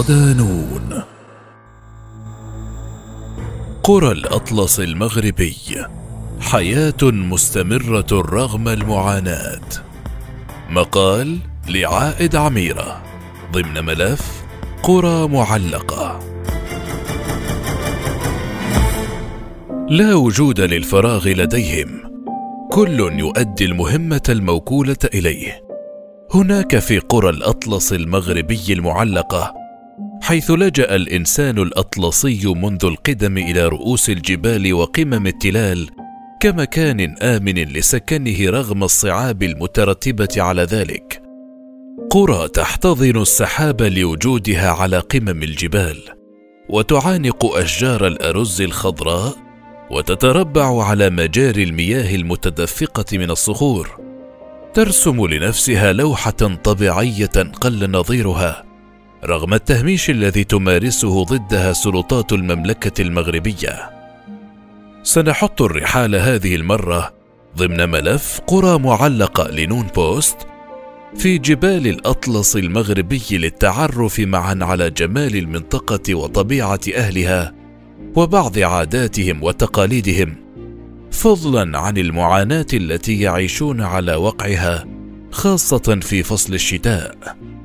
صدانون. قرى الأطلس المغربي، حياة مستمرة رغم المعاناة. مقال لعائد عميرة ضمن ملف قرى معلقة. لا وجود للفراغ لديهم، كل يؤدي المهمة الموكولة إليه. هناك في قرى الأطلس المغربي المعلقة، حيث لجأ الإنسان الأطلسي منذ القدم إلى رؤوس الجبال وقمم التلال كمكان آمن لسكنه رغم الصعاب المترتبة على ذلك. قرى تحتضن السحاب لوجودها على قمم الجبال، وتعانق أشجار الأرز الخضراء، وتتربع على مجاري المياه المتدفقة من الصخور. ترسم لنفسها لوحة طبيعية قل نظيرها رغم التهميش الذي تمارسه ضدها سلطات المملكة المغربية. سنحط الرحال هذه المرة ضمن ملف قرى معلقة لنون بوست في جبال الأطلس المغربي للتعرف معا على جمال المنطقة وطبيعة أهلها وبعض عاداتهم وتقاليدهم، فضلا عن المعاناة التي يعيشون على وقعها خاصة في فصل الشتاء.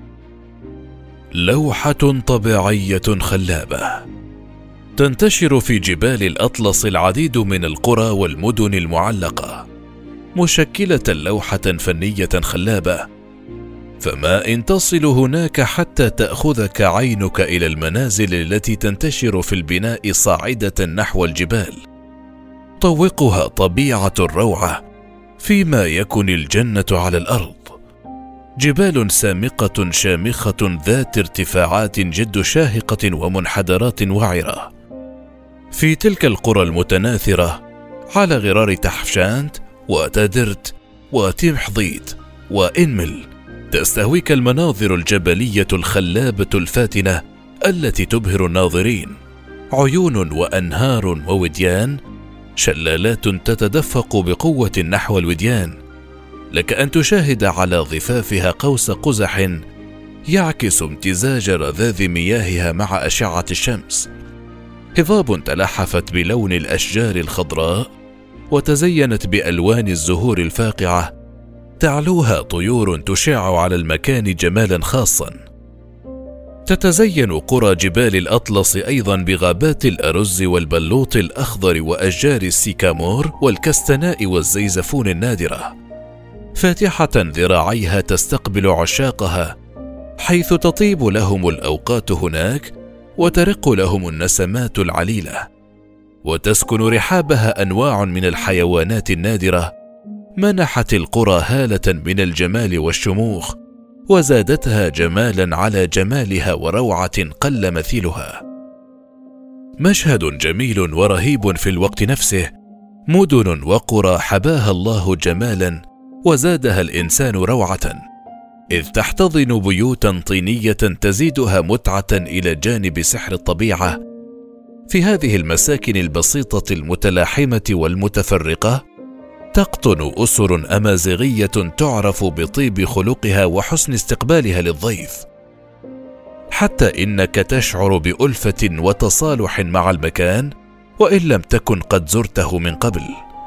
لوحة طبيعية خلابة. تنتشر في جبال الأطلس العديد من القرى والمدن المعلقة، مشكلة لوحة فنية خلابة. فما إن تصل هناك حتى تأخذك عينك إلى المنازل التي تنتشر في البناء صاعدة نحو الجبال، طوقها طبيعة الروعة فيما يكن الجنة على الأرض. جبال سامقة شامخة ذات ارتفاعات جد شاهقة ومنحدرات وعرة. في تلك القرى المتناثرة على غرار تحفشانت وتدرت وتمحضيت وإنمل، تستهويك المناظر الجبلية الخلابة الفاتنة التي تبهر الناظرين. عيون وأنهار ووديان، شلالات تتدفق بقوة نحو الوديان، لك أن تشاهد على ضفافها قوس قزح يعكس امتزاج رذاذ مياهها مع أشعة الشمس. هضاب تلحفت بلون الأشجار الخضراء وتزينت بألوان الزهور الفاقعة، تعلوها طيور تشع على المكان جمالا خاصا. تتزين قرى جبال الأطلس أيضا بغابات الأرز والبلوط الأخضر وأشجار السيكامور والكستناء والزيزفون النادرة، فاتحة ذراعيها تستقبل عشاقها، حيث تطيب لهم الأوقات هناك وترق لهم النسمات العليلة، وتسكن رحابها أنواع من الحيوانات النادرة منحت القرى هالة من الجمال والشموخ، وزادتها جمالا على جمالها وروعة قل مثيلها. مشهد جميل ورهيب في الوقت نفسه، مدن وقرى حباها الله جمالا وزادها الإنسان روعة، إذ تحتضن بيوتا طينية تزيدها متعة إلى جانب سحر الطبيعة. في هذه المساكن البسيطة المتلاحمة والمتفرقة تقطن أسر أمازيغية تعرف بطيب خلقها وحسن استقبالها للضيف، حتى إنك تشعر بألفة وتصالح مع المكان وإن لم تكن قد زرته من قبل.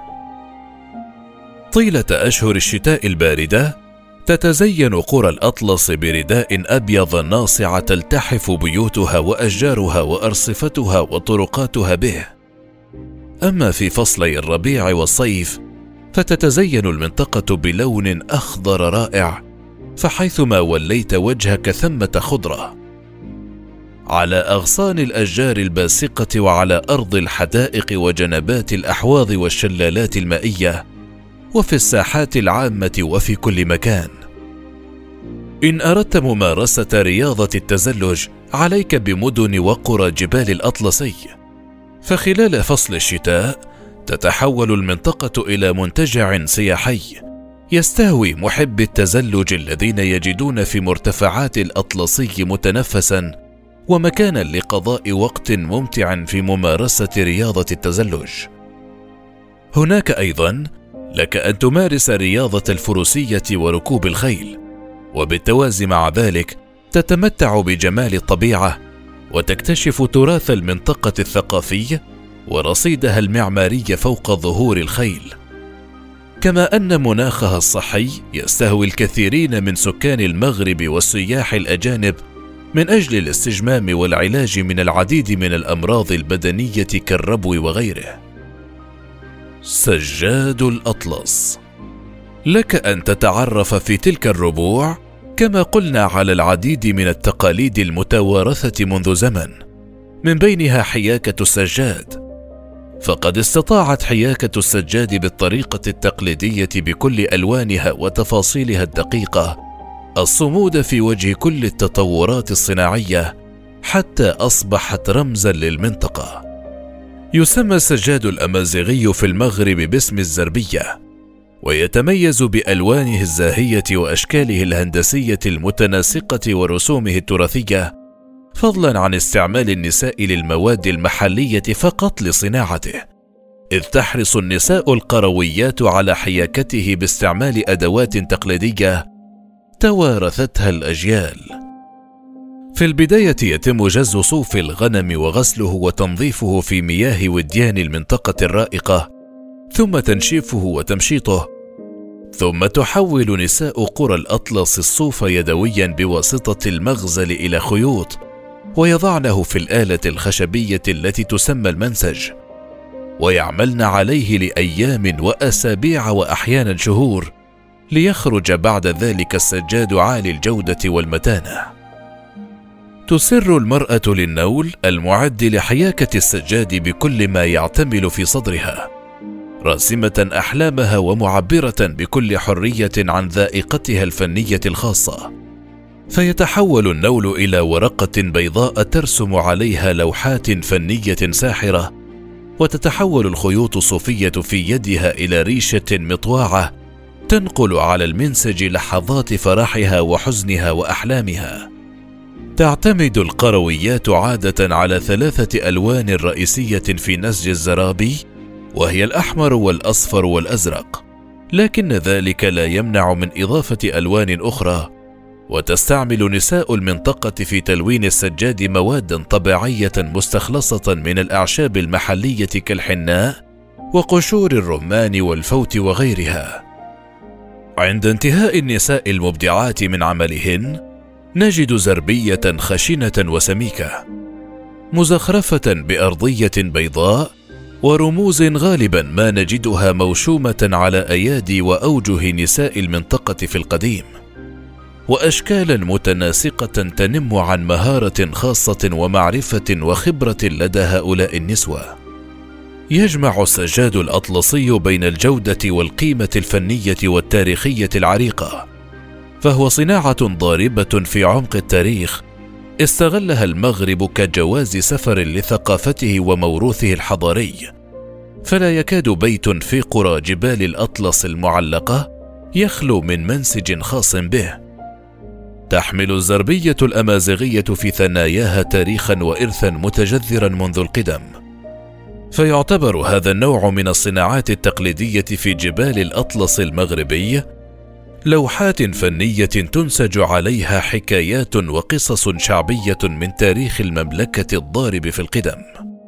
طيلة أشهر الشتاء الباردة تتزين قرى الأطلس برداء أبيض ناصع تلتحف بيوتها وأشجارها وأرصفتها وطرقاتها به. أما في فصلي الربيع والصيف فتتزين المنطقة بلون أخضر رائع، فحيثما وليت وجهك ثمة خضرة. على أغصان الأشجار الباسقة وعلى أرض الحدائق وجنبات الأحواض والشلالات المائية، وفي الساحات العامة وفي كل مكان. إن أردت ممارسة رياضة التزلج عليك بمدن وقرى جبال الأطلسي، فخلال فصل الشتاء تتحول المنطقة إلى منتجع سياحي يستهوي محب التزلج الذين يجدون في مرتفعات الأطلسي متنفسا ومكانا لقضاء وقت ممتع في ممارسة رياضة التزلج. هناك أيضا لك أن تمارس رياضة الفروسية وركوب الخيل، وبالتوازي مع ذلك تتمتع بجمال الطبيعة وتكتشف تراث المنطقة الثقافي ورصيدها المعماري فوق ظهور الخيل، كما أن مناخها الصحي يستهوي الكثيرين من سكان المغرب والسياح الأجانب من أجل الاستجمام والعلاج من العديد من الأمراض البدنية كالربو وغيره. سجاد الأطلس. لك أن تتعرف في تلك الربوع كما قلنا على العديد من التقاليد المتوارثة منذ زمن، من بينها حياكة السجاد. فقد استطاعت حياكة السجاد بالطريقة التقليدية بكل ألوانها وتفاصيلها الدقيقة الصمود في وجه كل التطورات الصناعية حتى أصبحت رمزا للمنطقة. يسمى السجاد الأمازيغي في المغرب باسم الزربية، ويتميز بألوانه الزاهية وأشكاله الهندسية المتناسقة ورسومه التراثية، فضلا عن استعمال النساء للمواد المحلية فقط لصناعته، إذ تحرص النساء القرويات على حياكته باستعمال أدوات تقليدية توارثتها الأجيال. في البداية يتم جز صوف الغنم وغسله وتنظيفه في مياه وديان المنطقة الرائقة، ثم تنشيفه وتمشيطه، ثم تحول نساء قرى الأطلس الصوف يدويا بواسطة المغزل إلى خيوط، ويضعنه في الآلة الخشبية التي تسمى المنسج، ويعملن عليه لأيام وأسابيع وأحيانا شهور، ليخرج بعد ذلك السجاد عالي الجودة والمتانة. تسر المرأة للنول المعد لحياكة السجاد بكل ما يعتمل في صدرها، راسمة أحلامها ومعبرة بكل حرية عن ذائقتها الفنية الخاصة، فيتحول النول إلى ورقة بيضاء ترسم عليها لوحات فنية ساحرة، وتتحول الخيوط الصوفية في يدها إلى ريشة مطواعة تنقل على المنسج لحظات فرحها وحزنها وأحلامها. تعتمد القرويات عادة على 3 ألوان رئيسية في نسج الزرابي، وهي الأحمر والأصفر والأزرق، لكن ذلك لا يمنع من إضافة ألوان أخرى. وتستعمل نساء المنطقة في تلوين السجاد مواد طبيعية مستخلصة من الأعشاب المحلية كالحناء وقشور الرمان والفوت وغيرها. عند انتهاء النساء المبدعات من عملهن نجد زربية خشنة وسميكة مزخرفة بأرضية بيضاء، ورموز غالبا ما نجدها موشومة على أيادي وأوجه نساء المنطقة في القديم، وأشكالا متناسقة تنم عن مهارة خاصة ومعرفة وخبرة لدى هؤلاء النسوة. يجمع السجاد الأطلسي بين الجودة والقيمة الفنية والتاريخية العريقة، فهو صناعة ضاربة في عمق التاريخ استغلها المغرب كجواز سفر لثقافته وموروثه الحضاري، فلا يكاد بيت في قرى جبال الأطلس المعلقة يخلو من منسج خاص به. تحمل الزربية الأمازيغية في ثناياها تاريخا وإرثا متجذرا منذ القدم، فيعتبر هذا النوع من الصناعات التقليدية في جبال الأطلس المغربي لوحات فنية تنسج عليها حكايات وقصص شعبية من تاريخ المملكة الضارب في القدم.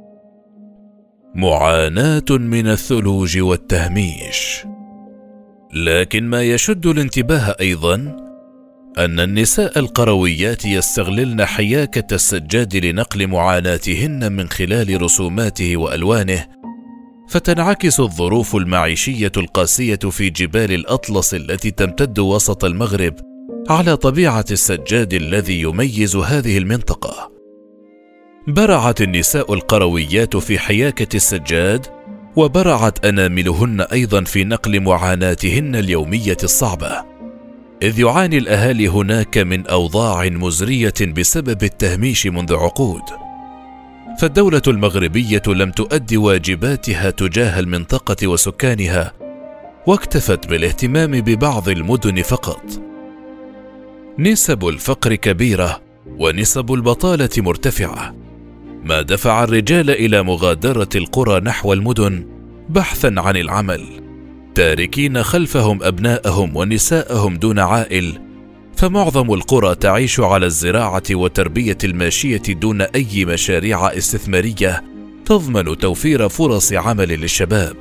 معاناة من الثلوج والتهميش. لكن ما يشد الانتباه أيضا أن النساء القرويات يستغللن حياكة السجاد لنقل معاناتهن من خلال رسوماته وألوانه، فتنعكس الظروف المعيشية القاسية في جبال الأطلس التي تمتد وسط المغرب على طبيعة السجاد الذي يميز هذه المنطقة. برعت النساء القرويات في حياكة السجاد، وبرعت أناملهن أيضا في نقل معاناتهن اليومية الصعبة، إذ يعاني الأهالي هناك من أوضاع مزرية بسبب التهميش منذ عقود، فالدولة المغربية لم تؤدي واجباتها تجاه المنطقة وسكانها، واكتفت بالاهتمام ببعض المدن فقط. نسب الفقر كبيرة ونسب البطالة مرتفعة، ما دفع الرجال إلى مغادرة القرى نحو المدن بحثا عن العمل، تاركين خلفهم أبناءهم ونساءهم دون عائل، فمعظم القرى تعيش على الزراعة وتربية الماشية دون أي مشاريع استثمارية تضمن توفير فرص عمل للشباب.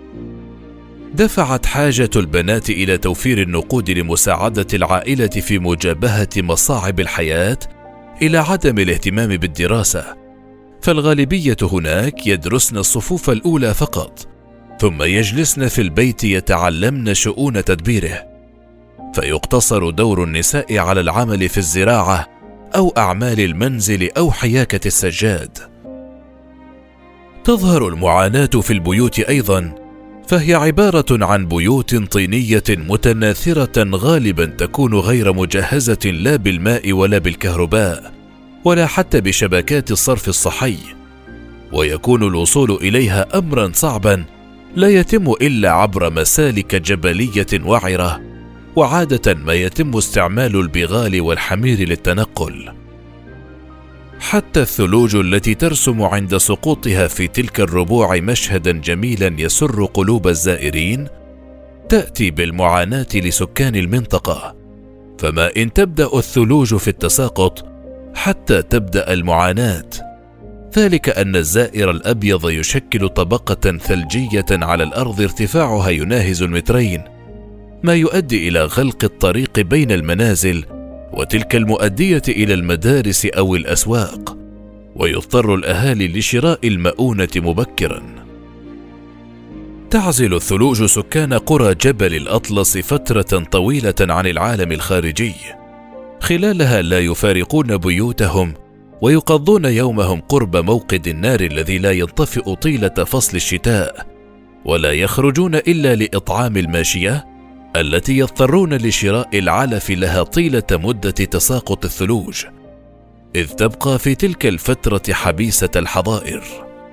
دفعت حاجة البنات إلى توفير النقود لمساعدة العائلة في مجابهة مصاعب الحياة إلى عدم الاهتمام بالدراسة، فالغالبية هناك يدرسن الصفوف الأولى فقط، ثم يجلسن في البيت يتعلمن شؤون تدبيره، فيقتصر دور النساء على العمل في الزراعة أو أعمال المنزل أو حياكة السجاد. تظهر المعاناة في البيوت أيضا، فهي عبارة عن بيوت طينية متناثرة غالبا تكون غير مجهزة لا بالماء ولا بالكهرباء ولا حتى بشبكات الصرف الصحي، ويكون الوصول إليها أمرا صعبا لا يتم إلا عبر مسالك جبلية وعرة، وعادة ما يتم استعمال البغال والحمير للتنقل. حتى الثلوج التي ترسم عند سقوطها في تلك الربوع مشهدا جميلا يسر قلوب الزائرين تأتي بالمعاناة لسكان المنطقة، فما إن تبدأ الثلوج في التساقط حتى تبدأ المعاناة، ذلك أن الزائر الأبيض يشكل طبقة ثلجية على الأرض ارتفاعها يناهز 2 متر، ما يؤدي إلى غلق الطريق بين المنازل وتلك المؤدية إلى المدارس أو الأسواق، ويضطر الأهالي لشراء المؤونة مبكرا. تعزل الثلوج سكان قرى جبل الأطلس فترة طويلة عن العالم الخارجي، خلالها لا يفارقون بيوتهم ويقضون يومهم قرب موقد النار الذي لا ينطفئ طيلة فصل الشتاء، ولا يخرجون إلا لإطعام الماشية التي يضطرون لشراء العلف لها طيلة مدة تساقط الثلوج، إذ تبقى في تلك الفترة حبيسة الحظائر.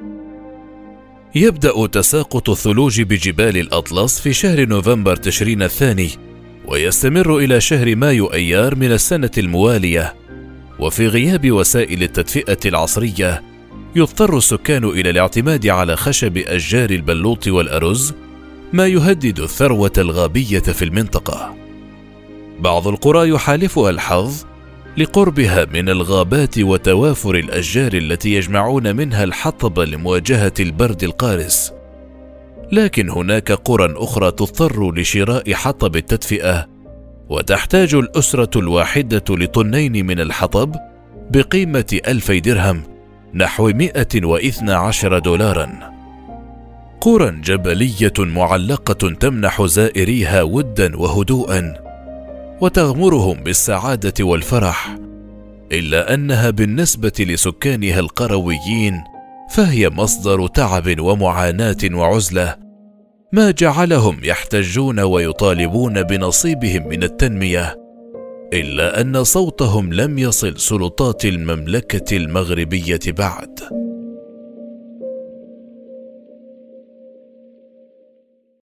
يبدأ تساقط الثلوج بجبال الأطلس في شهر نوفمبر تشرين الثاني، ويستمر إلى شهر مايو أيار من السنة الموالية، وفي غياب وسائل التدفئة العصرية يضطر السكان إلى الاعتماد على خشب أشجار البلوط والأرز، ما يهدد الثروة الغابية في المنطقة. بعض القرى يحالفها الحظ لقربها من الغابات وتوافر الأشجار التي يجمعون منها الحطب لمواجهة البرد القارس، لكن هناك قرى أخرى تضطر لشراء حطب التدفئة، وتحتاج الأسرة الواحدة لطنين من الحطب بقيمة 2000 درهم نحو 112 دولارا. قرى جبلية معلقة تمنح زائريها ودا وهدوءا وتغمرهم بالسعادة والفرح، إلا أنها بالنسبة لسكانها القرويين فهي مصدر تعب ومعاناة وعزلة، ما جعلهم يحتجون ويطالبون بنصيبهم من التنمية، إلا أن صوتهم لم يصل سلطات المملكة المغربية بعد.